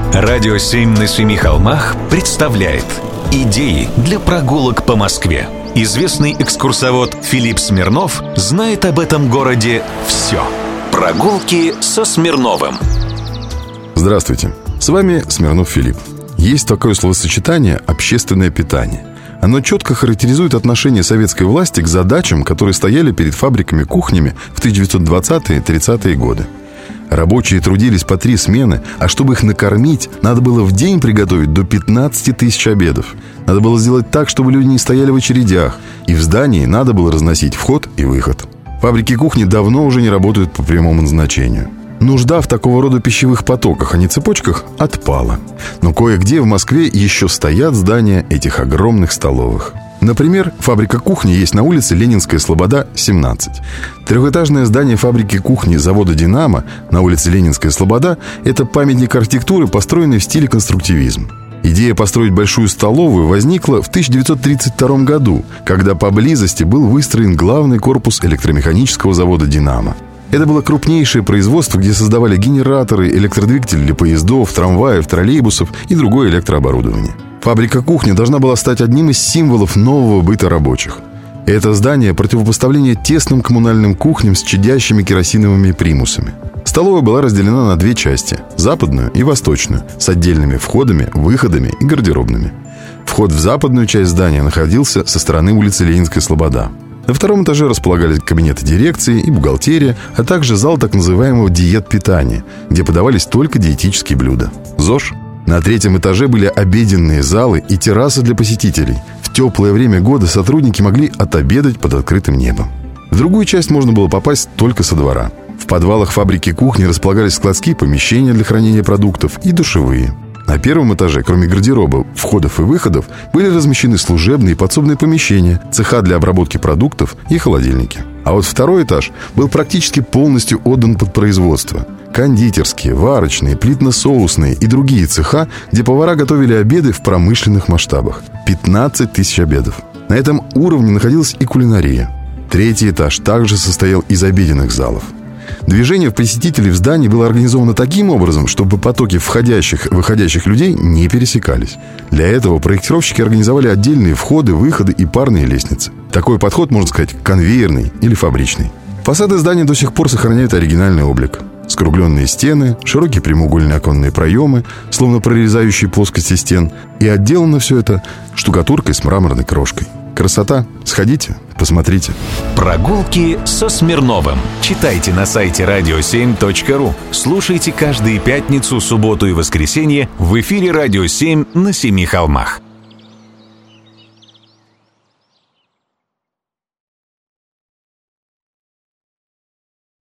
Радио 7 на семи холмах представляет идеи для прогулок по Москве. Известный экскурсовод Филипп Смирнов знает об этом городе все. Прогулки со Смирновым. Здравствуйте, с вами Смирнов Филипп. Есть такое словосочетание «общественное питание». Оно четко характеризует отношение советской власти к задачам, которые стояли перед фабриками-кухнями в 1920-30-е годы. Рабочие трудились по 3 смены, а чтобы их накормить, надо было в день приготовить до 15 тысяч обедов. Надо было сделать так, чтобы люди не стояли в очередях, и в здании надо было разносить вход и выход. Фабрики кухни давно уже не работают по прямому назначению. Нужда в такого рода пищевых потоках, а не цепочках, отпала. Но кое-где в Москве еще стоят здания этих огромных столовых. Например, фабрика кухни есть на улице Ленинская Слобода, 17. Трехэтажное здание фабрики кухни завода «Динамо» на улице Ленинская Слобода – это памятник архитектуры, построенный в стиле конструктивизм. Идея построить большую столовую возникла в 1932 году, когда поблизости был выстроен главный корпус электромеханического завода «Динамо». Это было крупнейшее производство, где создавали генераторы, электродвигатели для поездов, трамваев, троллейбусов и другое электрооборудование. Фабрика кухни должна была стать одним из символов нового быта рабочих. Это здание – противопоставление тесным коммунальным кухням с чадящими керосиновыми примусами. Столовая была разделена на 2 части – западную и восточную, с отдельными входами, выходами и гардеробными. Вход в западную часть здания находился со стороны улицы Ленинская Слобода. На 2-м этаже располагались кабинеты дирекции и бухгалтерия, а также зал так называемого диет-питания, где подавались только диетические блюда – ЗОЖ. На 3-м этаже были обеденные залы и террасы для посетителей. В теплое время года сотрудники могли отобедать под открытым небом. В другую часть можно было попасть только со двора. В подвалах фабрики кухни располагались складские помещения для хранения продуктов и душевые. На 1-м этаже, кроме гардероба, входов и выходов, были размещены служебные и подсобные помещения, цеха для обработки продуктов и холодильники. А вот 2-й этаж был практически полностью отдан под производство. Кондитерские, варочные, плитно-соусные и другие цеха, где повара готовили обеды в промышленных масштабах. 15 тысяч обедов. На этом уровне находилась и кулинария. 3-й этаж также состоял из обеденных залов. Движение посетителей в здании было организовано таким образом, чтобы потоки входящих и выходящих людей не пересекались. Для этого проектировщики организовали отдельные входы, выходы и парные лестницы. Такой подход, можно сказать, конвейерный или фабричный. Фасады здания до сих пор сохраняют оригинальный облик. Скругленные стены, широкие прямоугольные оконные проемы, словно прорезающие плоскости стен. И отделано все это штукатуркой с мраморной крошкой. Красота. Сходите, посмотрите. Прогулки со Смирновым. Читайте на сайте radio7.ru. Слушайте каждые пятницу, субботу и воскресенье в эфире «Радио 7» на Семи холмах.